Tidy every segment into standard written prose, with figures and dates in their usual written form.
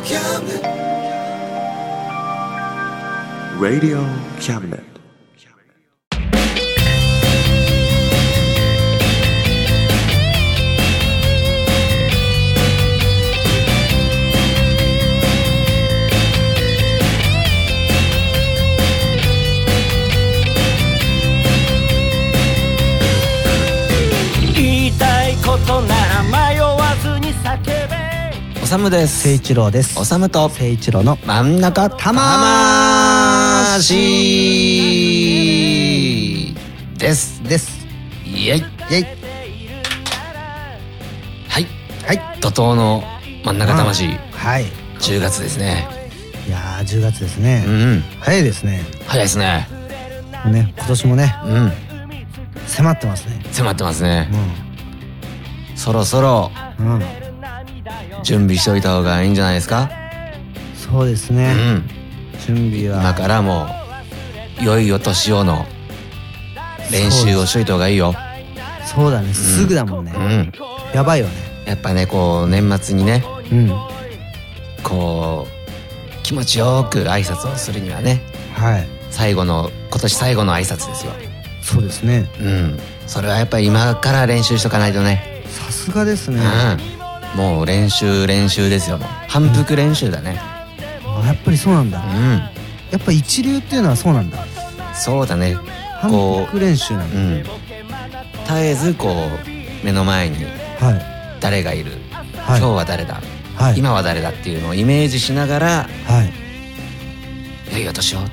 Radio Cabinet. おさむです。 誠一郎です。 おさむと誠一郎の真ん中魂ですイエイはい怒涛の真ん中魂、 はい、 10月ですね。 いやー10月ですね、早いですね。 早いですね。 今年もね、迫ってますね。 そろそろ、準備しておいた方がいいんじゃないですか。 そうですね、準備は今からもう良いお年をの練習をしといた方がいいよ。 そうだね、すぐだもんね、やばいよね。 やっぱね、こう年末にね、こう気持ちよく挨拶をするにはね、今年最後の挨拶ですよ。 そうですね、 それはやっぱり今から練習しとかないとね。 さすがですね、 もう練習ですよ。もう反復練習だね、 やっぱりそうなんだ、やっぱ一流っていうのはそうなんだ。 そうだね、 反復練習なんだ、 絶えずこう目の前に誰がいる、今日は誰だ、今は誰だっていうのをイメージしながら、良いお年を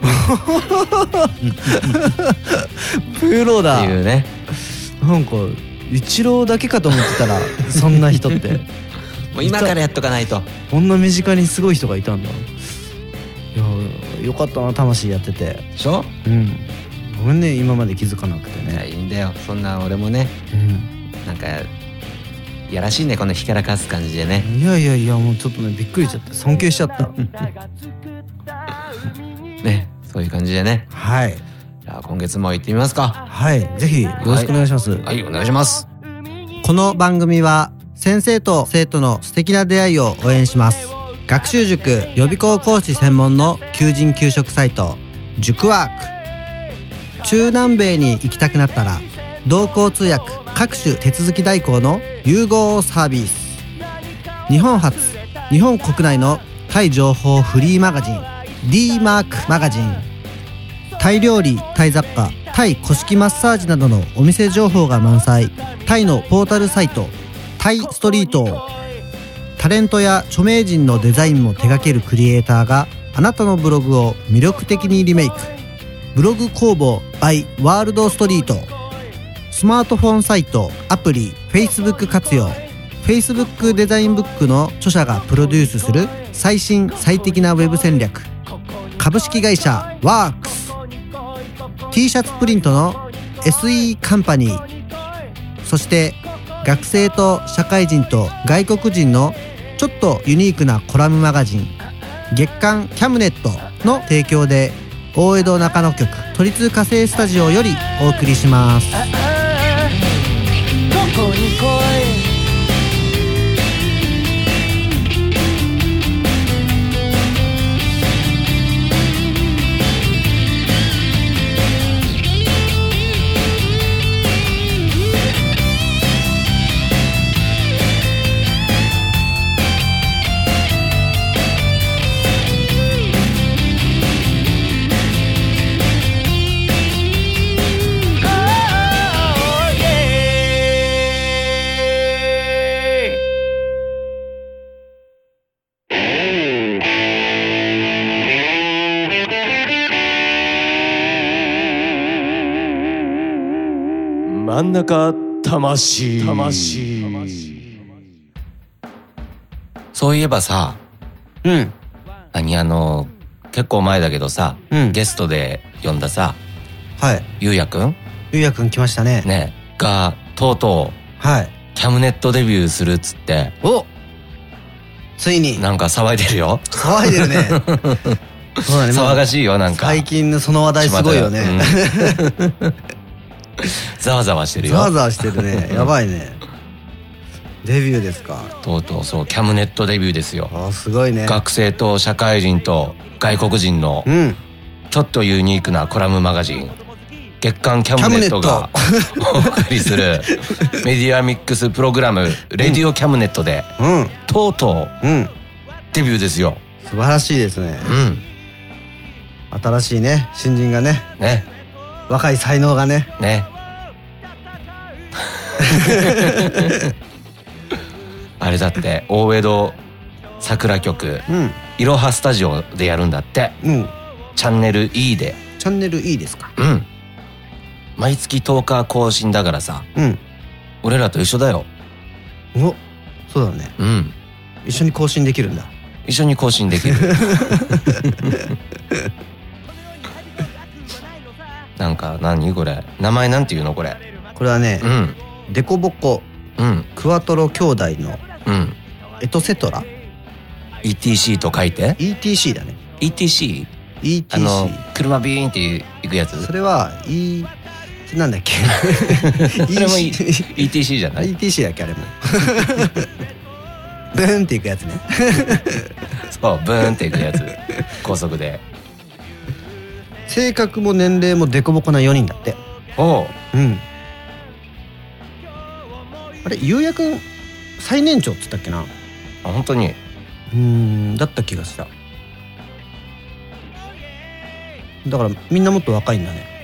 プロだっていうね。 なんか一郎だけかと思ってたらそんな人ってもう今からやっとかないと。 こんな身近にすごい人がいたんだ。いやよかったな、魂やってて。 でしょ。 ごめんね、今まで気づかなくてね。 いや、いいんだよ、そんな俺もね、なんかやらしいね、このひからかす感じでね。 いやもうちょっとね、びっくりしちゃって、尊敬しちゃったね、そういう感じでね。じゃあ今月も行ってみますか。 ぜひよろしくお願いします。 お願いします。 この番組は先生と生徒の素敵な出会いを応援します。学習塾予備校講師専門の求人・求職サイト塾ワーク。中南米に行きたくなったら同行通訳各種手続き代行の融合サービス。日本初、日本国内のタイ情報フリーマガジン D マークマガジン。タイ料理、タイ雑貨、タイ古式マッサージなどのお店情報が満載。タイのポータルサイトタイストリート。タレントや著名人のデザインも手掛けるクリエイターがあなたのブログを魅力的にリメイク。ブログ工房 by ワールドストリート。スマートフォンサイト、アプリ、Facebook 活用。Facebook デザインブックの著者がプロデュースする最新最適なウェブ戦略。株式会社ワークス。T シャツプリントの SE カンパニー。そして学生と社会人と外国人のちょっとユニークなコラムマガジン月刊キャムネットの提供で大江戸中野局都立火星スタジオよりお送りします。ここに来い。 真ん中魂。 そういえばさ、結構前だけどさ、ゲストで呼んださ、ゆうやくん来ましたね。 がとうとうキャムネットデビューするっつって、 ついになんか騒いでるよ。 騒いでるね。そうだね、 騒がしいよ。なんか最近のその話題すごいよね。 ざわざわしてるよ。 ざわざわしてるね。やばいね。 デビューですか。 とうとうそうキャムネットデビューですよ。 すごいね。 学生と社会人と外国人のちょっとユニークなコラムマガジン、月刊キャムネットがお送りするメディアミックスプログラムレディオキャムネットで、とうとうデビューですよ。 素晴らしいですね。新しいね新人がね、若い才能がね。 あれだって大江戸桜局、いろはスタジオでやるんだって、チャンネル E で。 チャンネル E ですか。 毎月10日更新だからさ、俺らと一緒だよ。 そうだね。一緒に更新できるんだ。 一緒に更新できる。なんか何これ、名前なんていうのこれ。 これはね、デコボコ、クワトロ兄弟のエトセトラ ETC と書いて ETC だね。 ETC？ 車ビーンって行くやつ。 それはなんだっけ。 それも ETC じゃない？ ETC だっけあれも。ブーンっていくやつね。 そうブーンっていくやつ。高速で。 性格も年齢もデコボコな4人だって。あれゆうやくん最年長っつったっけな。 本当に。 だった気がした。だからみんなもっと若いんだね。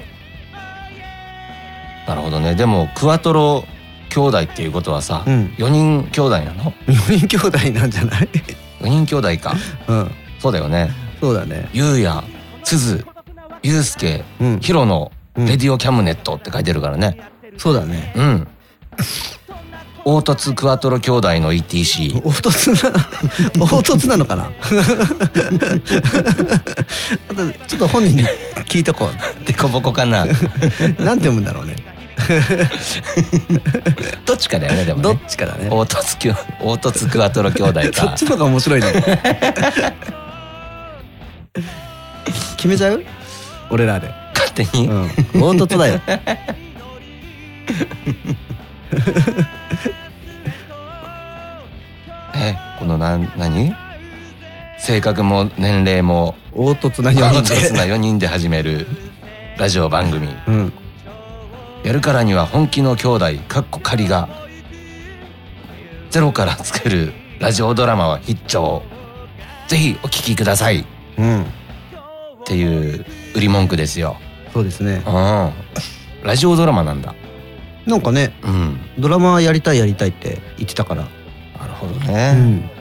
なるほどね。でもクワトロ兄弟っていうことはさ、4人兄弟なの ？4人兄弟なんじゃない ？4人兄弟か。そうだよね。 そうだね。 ゆうや、つづ、ゆうすけ、ひろのレディオキャムネットって書いてるからね。そうだね。凹凸クワトロ兄弟の ETC。 凹凸なのかな。あとちょっと本人に聞いとこう。デコボコかな。なんて読むんだろうね。どっちかだよね。でもね、どっちかだね。凹凸クワトロ兄弟か。そっちの方が面白いね。決めちゃう？俺らで勝手に。凹凸だよ。この何？性格も年齢も凹凸な4人で始めるラジオ番組。やるからには本気の兄弟かっこ仮がゼロから作るラジオドラマは必聴。ぜひお聞きください。っていう売り文句ですよ。そうですね。ラジオドラマなんだ。なんかね、ドラマやりたいって言ってたから。なるほどね。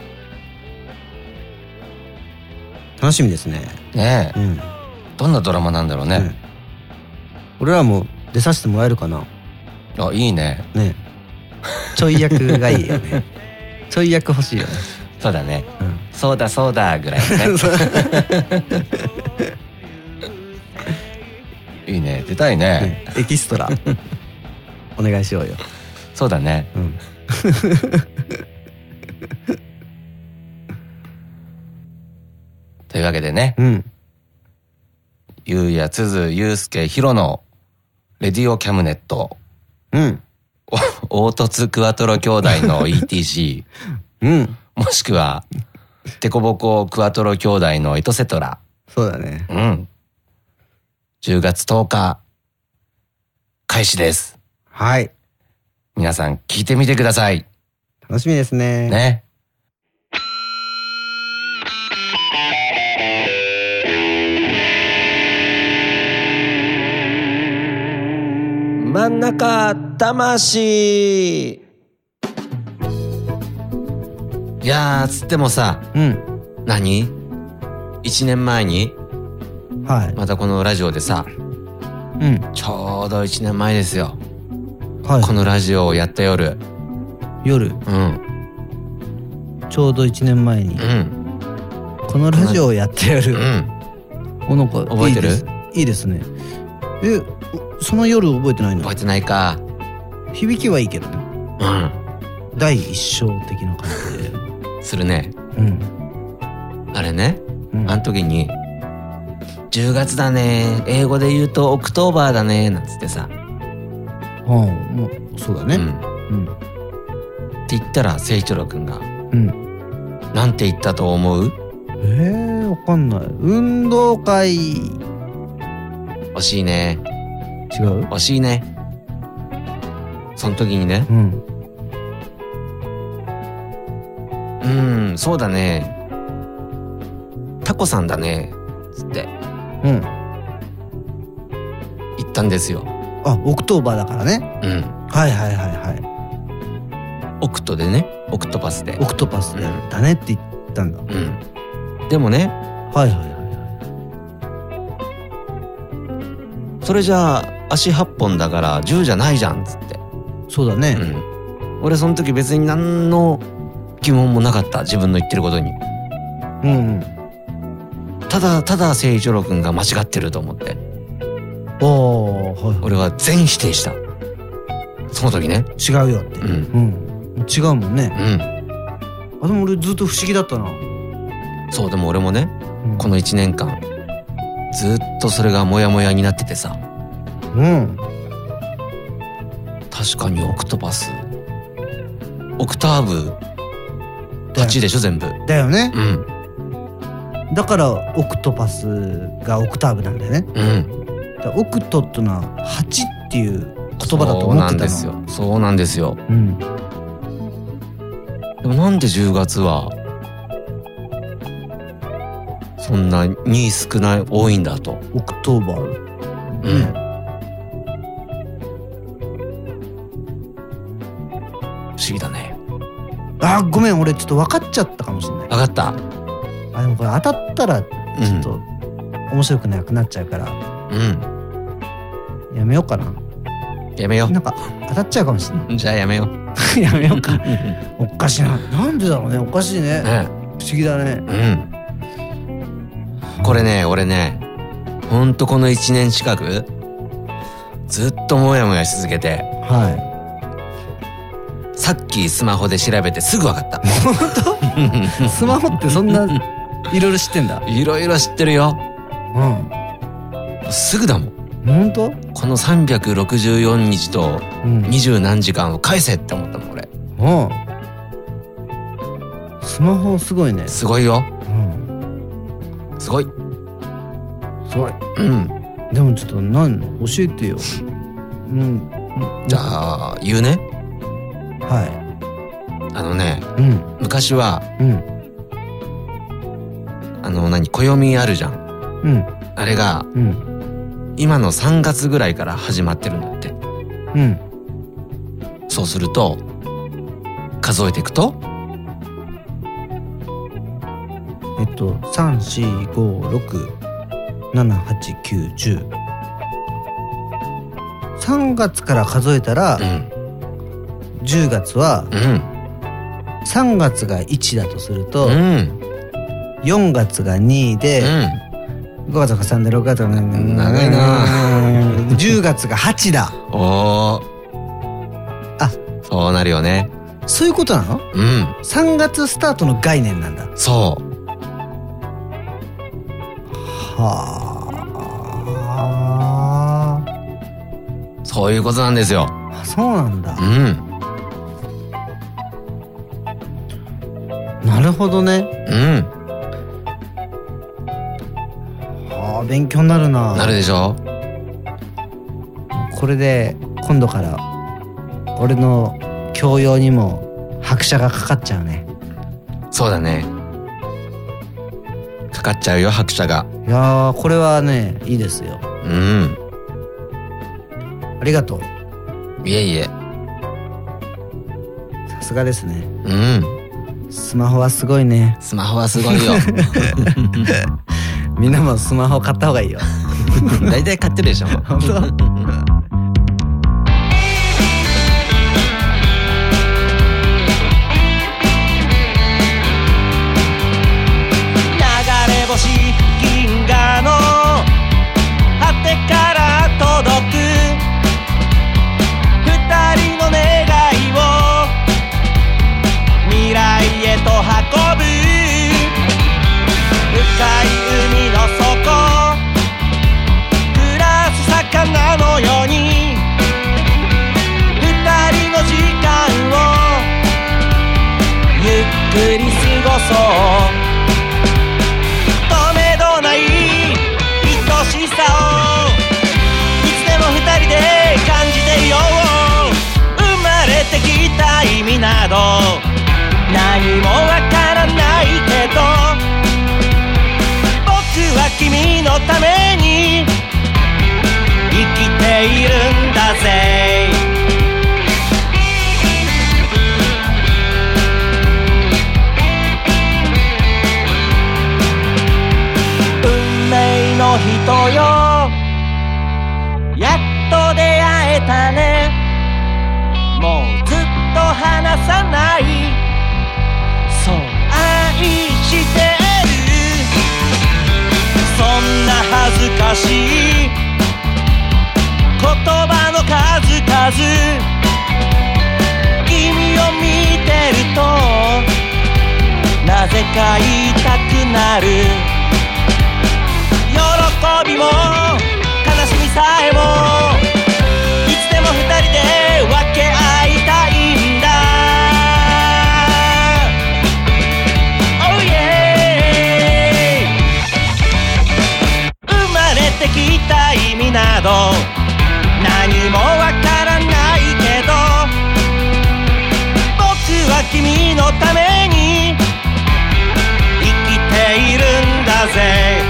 楽しみですね。ねえ。どんなドラマなんだろうね。俺らも出させてもらえるかな。あ、いいね。ね。ちょい役がいいよね。ちょい役欲しいよね。そうだね。そうだそうだぐらいね。いいね。出たいね。エキストラお願いしようよ。そうだね。というわけでね、ゆうや、つづ、ゆうすけ、ひろのレディオキャムネット、凹凸クワトロ兄弟の ETC、もしくはデコボコクワトロ兄弟のエトセトラ。そうだね。10月10日開始です。はい。皆さん聞いてみてください。楽しみですね。ね。真ん中魂。いやー、つってもさ、何 ?1 年前に、またこのラジオでさ、ちょうど1年前ですよ。このラジオをやった夜。ちょうど1年前に、このラジオをやった夜。なんか覚えてる？いいですね。その夜覚えてないの？覚えてないか。響きはいいけどね。第一章的な感じでするね。あれね、あの時に10月だね、英語で言うとオクトーバーだねなんつってさ。もうそうだね。 って言ったら誠一郎くんがうんなんて言ったと思う？ わかんない。運動会。 惜しいね。 違う？ 惜しいね。その時にね、そうだね、タコさんだねつって言ったんですよ。 あ、オクトーバーだからね。はいはいはいはい。 オクトでね、オクトパスで。 オクトパスでだねって言ったんだ。 でもね、 はいはいはいはい。それじゃあ足8本だから10じゃないじゃんつって。 そうだね。 俺その時別に何の疑問もなかった、自分の言ってることに。ただ誠一郎くんが間違ってると思って。俺は全否定した。その時ね。 違うよって。違うもんね。でも俺ずっと不思議だったな。 そう、でも俺もね、この1年間ずっとそれがモヤモヤになっててさ。確かにオクトパス、オクターブ8でしょ全部。だよね。だからオクトパスがオクターブなんだよね。オクトってのは8っていう言葉だと思ってたの。 そうなんですよ。でもなんで10月はそんなに少ない多いんだと。 オクトーバー。 不思議だね。 ごめん、俺ちょっと分かっちゃったかもしれない。 分かった？ でもこれ当たったらちょっと面白くなくなっちゃうから、やめようかな。 やめよう。 なんか当たっちゃうかもしれない。 じゃあやめよう。 やめようか。おかしいな。なんでだろうね。おかしいね。不思議だね。 これね、俺ね、ほんとこの1年近くずっとモヤモヤし続けて。さっきスマホで調べてすぐ分かった。 本当？スマホってそんないろいろ知ってんだ。 いろいろ知ってるよ。すぐだもん。 本当？ この364日と20何時間を返せって思ったもん俺。 スマホすごいね。 すごいよ。すごい。 すごい。でもちょっと教えてよ。 じゃあ言うね。昔は暦あるじゃん。あれが今の3月ぐらいから始まってるんだって。そうすると数えていくと 3,4,5,6,7,8,9,10 3月から数えたら、10月は、3月が1だとすると、4月が2で、5月が3で6月が長いな。 10月が8だ。 そうなるよね。 そういうことなの？3月スタートの概念なんだ。 そう。そういうことなんですよ。 そうなんだ。なるほどね。勉強になるな。 なるでしょ。 これで今度から俺の教養にも拍車がかかっちゃうね。 そうだね。かかっちゃうよ、拍車が。 いやこれはね、いいですよ。ありがとう。 いえいえ。 さすがですね。スマホはすごいね。 スマホはすごいよ。 みんなもスマホ買った方がいいよ。 大体買ってるでしょ。 本当？流れ星銀河の果てから届く二人の願いを未来へと運ぶ深い海の底暮らす魚のな意味など何もわからないけど、僕は君のために生きているんだぜ。運命の人よ、やっと出会えたね。もうずっと離さない、そう愛してる。そんな恥ずかしい言葉の数々、君を見てるとなぜか言いたくなる。喜びも悲しみさえもいつでも二人で分け合いたいんだ。 Oh yeah。 生まれてきた意味など何もわからないけど、僕は君のために生きているんだぜ。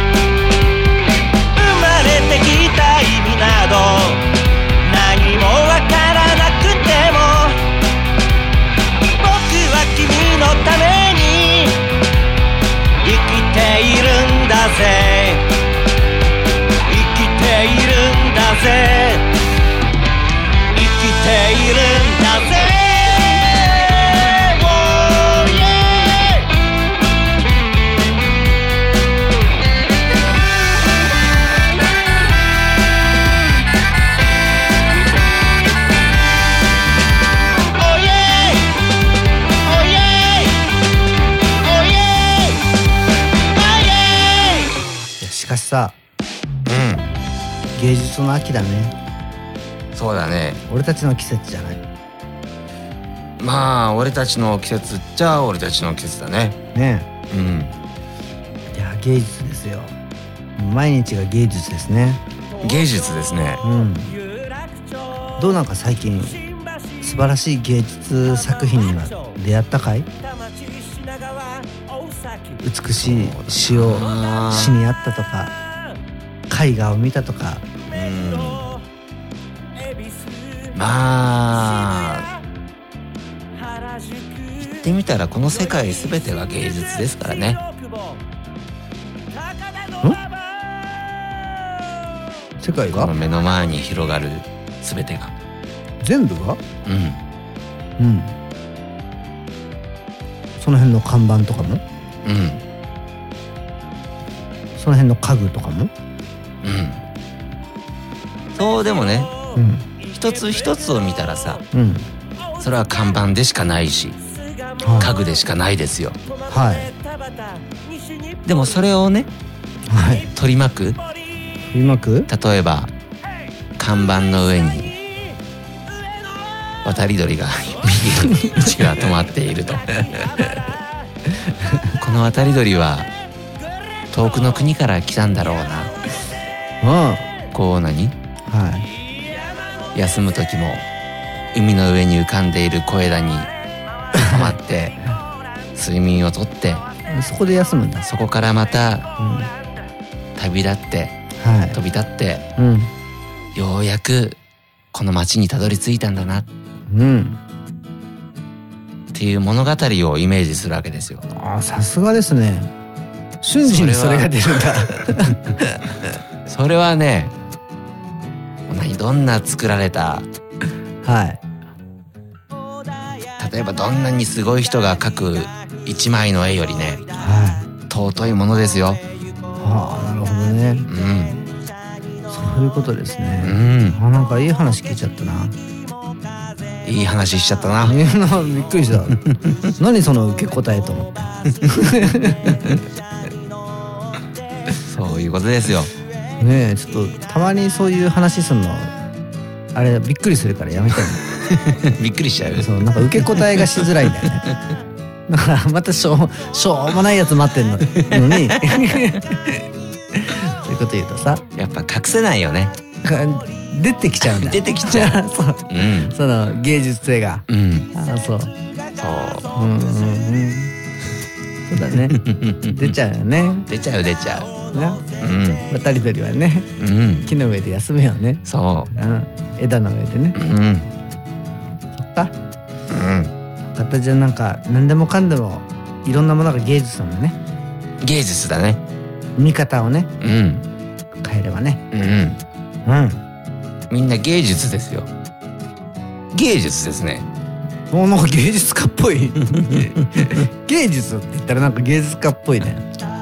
生まれてきた意味など何もわからなくても、僕は君のために生きているんだぜ。生きているんだぜ。生きているんだぜ。 しかしさ、芸術の秋だね。 そうだね。 俺たちの季節じゃない。 まあ俺たちの季節っちゃ俺たちの季節だね。 ねうん。 え。いや芸術ですよ。毎日が芸術ですね。 芸術ですね。 うん。どうなんか最近素晴らしい芸術作品には出会ったかい？美しい詩を詩にあったとか、絵画を見たとか。 まあ言ってみたらこの世界すべてが芸術ですからね。 世界がこの目の前に広がるすべてが全部がうんうん。その辺の看板とかもうんその辺の家具とかもうん。そうでもね、 うん一つ一つを見たらさ、 うんそれは看板でしかないし、 はい家具でしかないですよ。 はいでもそれをねはい取り巻く、 うまく例えば看板の上に渡り鳥が一匹が止まっているとこの渡り鳥は遠くの国から来たんだろうな。 あこう何あはい休む時も海の上に浮かんでいる小枝に止まって睡眠をとってそこで休むんだ。 そこからまたうん旅立ってはい飛び立ってうんようやくこの町にたどり着いたんだなっうんていう物語をイメージするわけですよ。 ああさすがですね。瞬時にそれが出るんだ。 それはね、どんな作られた、 はい例えばどんなにすごい人が描く一枚の絵よりね、 は尊いものですよ。 いはあなるほどね。 うんそういうことですうね。 ん。 あなんかいい話聞いちゃったな。 いい話しちゃったな。 びっくりした。何その受け答えと思って。 そういうことですよ。 ねえちょっとたまにそういう話すんのあれびっくりするからやめてね。 びっくりしちゃう。 そうなんか受け答えがしづらいんだよね。だからまたしょうもないやつ待ってんのにそういうこと言うとさやっぱ隠せないよね。 出てきちゃうんだ。 出てきちゃう。 そううんその芸術性が。 うん。 そう。 そう。 そうだね。出ちゃうよね。 出ちゃう。 ね。渡り鳥はね、木の上で休むよね。 そう。 枝の上でね。そっか。形じゃなんか何でもかんでもいろんなものが芸術なんだね。 芸術だね。 見方をね。変えればね。 みんな芸術ですよ。芸術ですね。 もうなんか芸術家っぽい。芸術って言ったらなんか芸術家っぽいね。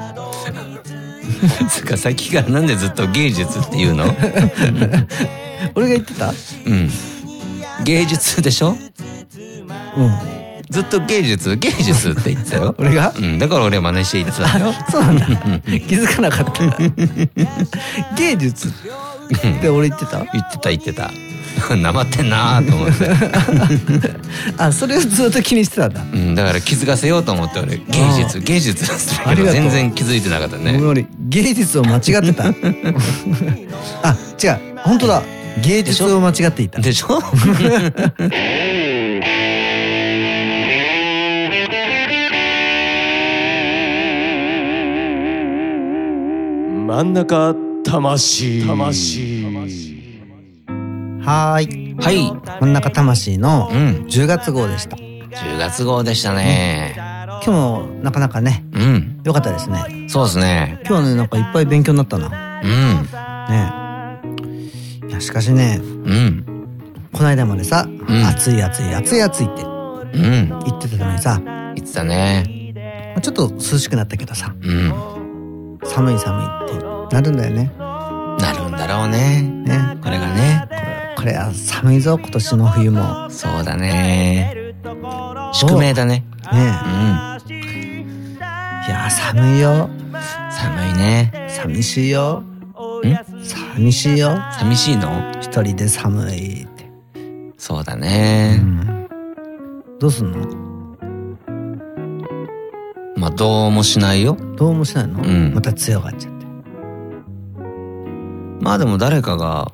つかさっきからなんでずっと芸術って言うの？ 俺が言ってた？ 芸術でしょ？ずっと芸術って言ってたよ。 俺が？ だから俺真似して言ってたよ。 そうなんだ。気づかなかった。芸術って俺言ってた？ 言ってた。なまってんなーと思って。 あ、それをずっと気にしてたんだ。 だから気づかせようと思って俺芸術って言ったけど全然気づいてなかったね。 俺芸術を間違ってた。あ、違う、本当だ。芸術を間違っていた。 でしょ？ 真ん中魂。 はい。真ん中魂の10月号でした。 10月号でしたね。 今日もなかなかね、良かったですね。 そうですね。 今日はね、なんかいっぱい勉強になったな。ね。いや、しかしね、この間までさ、暑いって言ってたのにさ、 言ってたね。 ちょっと涼しくなったけどさ、寒いってなるんだよね。 なるんだろうね。これがね。 これは寒いぞ、今年の冬も。 そうだね。宿命だね。 いや、寒いよ。 寒いね。 寂しいよ。寂しいよ。 寂しいの？ 一人で寒いって。 そうだね。 どうすんの？ まあどうもしないよ。 どうもしないの？また強がっちゃって。 まあでも誰かが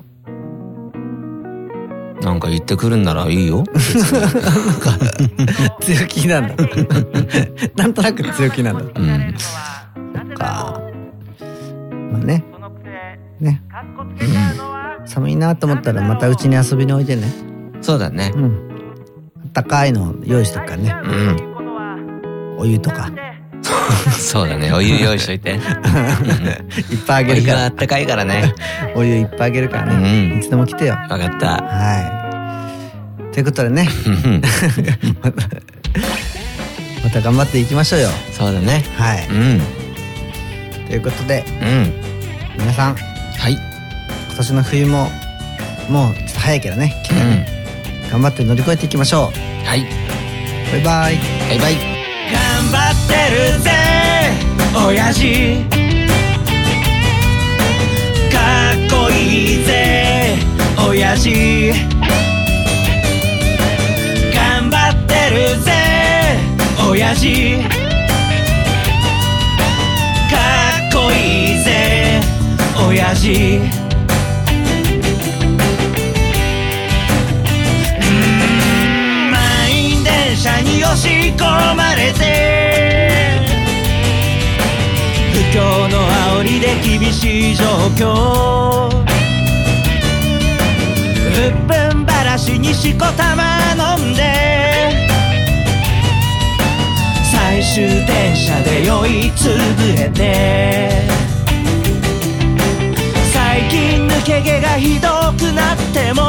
なんか言ってくるんならいいよ。 強気なんだ。なんとなく強気なんだ。そっか。まあね。寒いなと思ったらまたうちに遊びにおいでね。 そうだね。 あったかいの用意しとくからね。お湯とか。 そうだね。お湯用意しといて。いっぱいあげるから。 お湯があったかいからね。 お湯いっぱいあげるからね。いつでも来てよ。 わかった。 ということでね。また頑張っていきましょうよ。 そうだね。 ということで、皆さん、今年の冬ももうちょっと早いけどね、頑張って乗り越えていきましょう。バイバイ。 バイバイ。 頑張ってるぜ親父、かっこいいぜ親父、頑張ってるぜ親父、かっこいいぜ親父、満員電車に押し込まれて不況の煽りで厳しい状況、うっぷんばらしにしこたま飲んで最終電車で酔いつぶれて、最近抜け毛がひどくなっても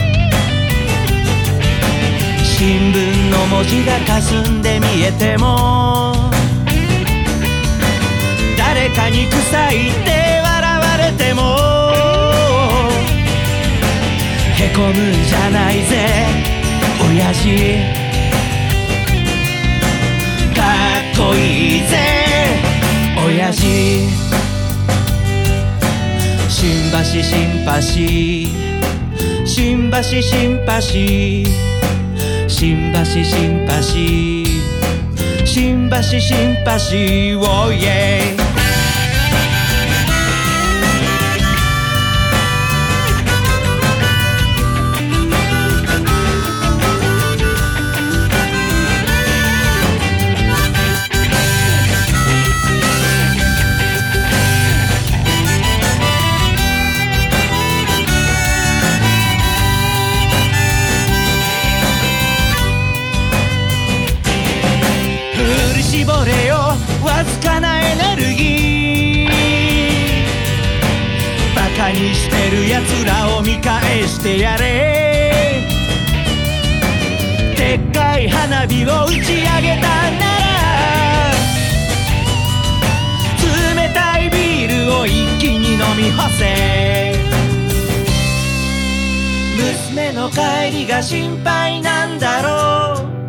新聞の文字が霞んで見えても誰かに臭いって笑われてもへこむんじゃないぜ親父、かっこいいぜ親父、新橋新橋新橋新橋新橋新橋新橋新橋おいえ絞れよわずかなエネルギー、バカにしてるやつらを見返してやれ。でっかい花火を打ち上げたなら、冷たいビールを一気に飲み干せ。娘の帰りが心配なんだろう、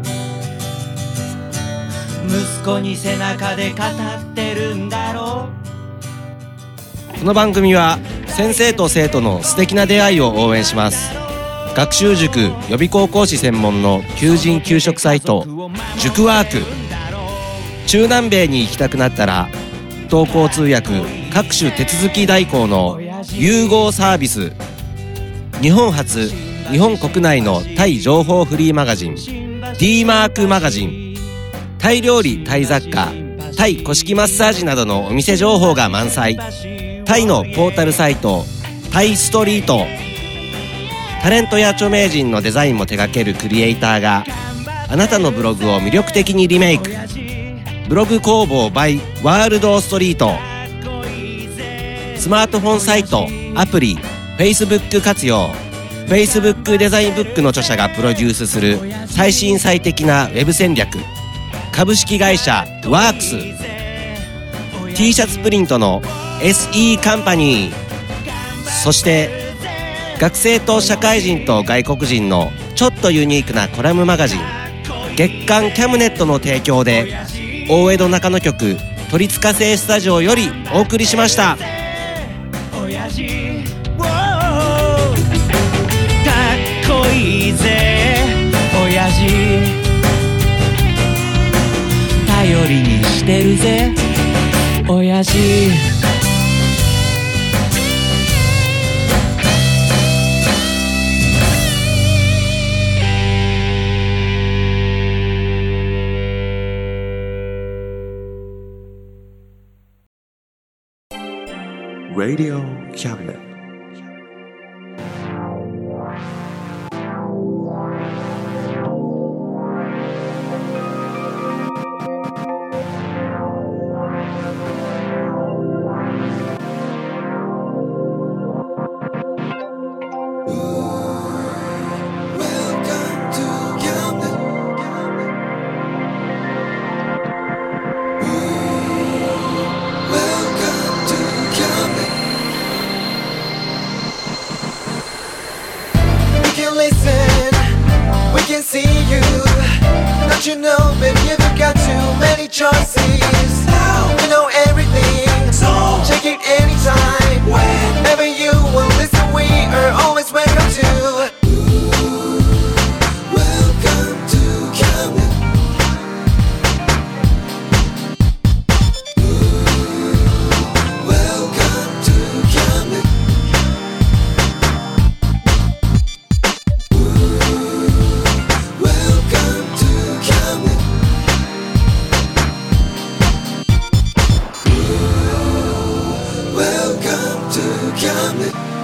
息子に背中で語ってるんだろこの番組は先生と生徒の素敵な出会いを応援します。学習塾予備校講師専門の求人・求職サイト塾ワーク。中南米に行きたくなったら同行通訳各種手続き代行の融合サービス。日本初日本国内のタイ情報フリーマガジン D マークマガジン。タイ料理、タイ雑貨、タイ古式マッサージなどのお店情報が満載。タイのポータルサイトタイストリート。タレントや著名人のデザインも手掛けるクリエイターがあなたのブログを魅力的にリメイク。ブログ工房 by ワールドストリート。スマートフォンサイト、アプリ、Facebook 活用。Facebook デザインブックの著者がプロデュースする最新最適なウェブ戦略。株式会社ワークス。 T シャツプリントの SE カンパニー。そして学生と社会人と外国人のちょっとユニークなコラムマガジン月刊キャムネットの提供で大江戸中野局鳥塚製スタジオよりお送りしました。 親父かっこいいぜ親父、頼りにしてるぜ親父。 Radio Cabinet. You know, baby, you've got too many choices. You know everything, so check it anytime. Whenever you will listen, we are always welcome to. Welcome to Camden. Welcome to Camden. Welcome to Camden. Welcome to Camden.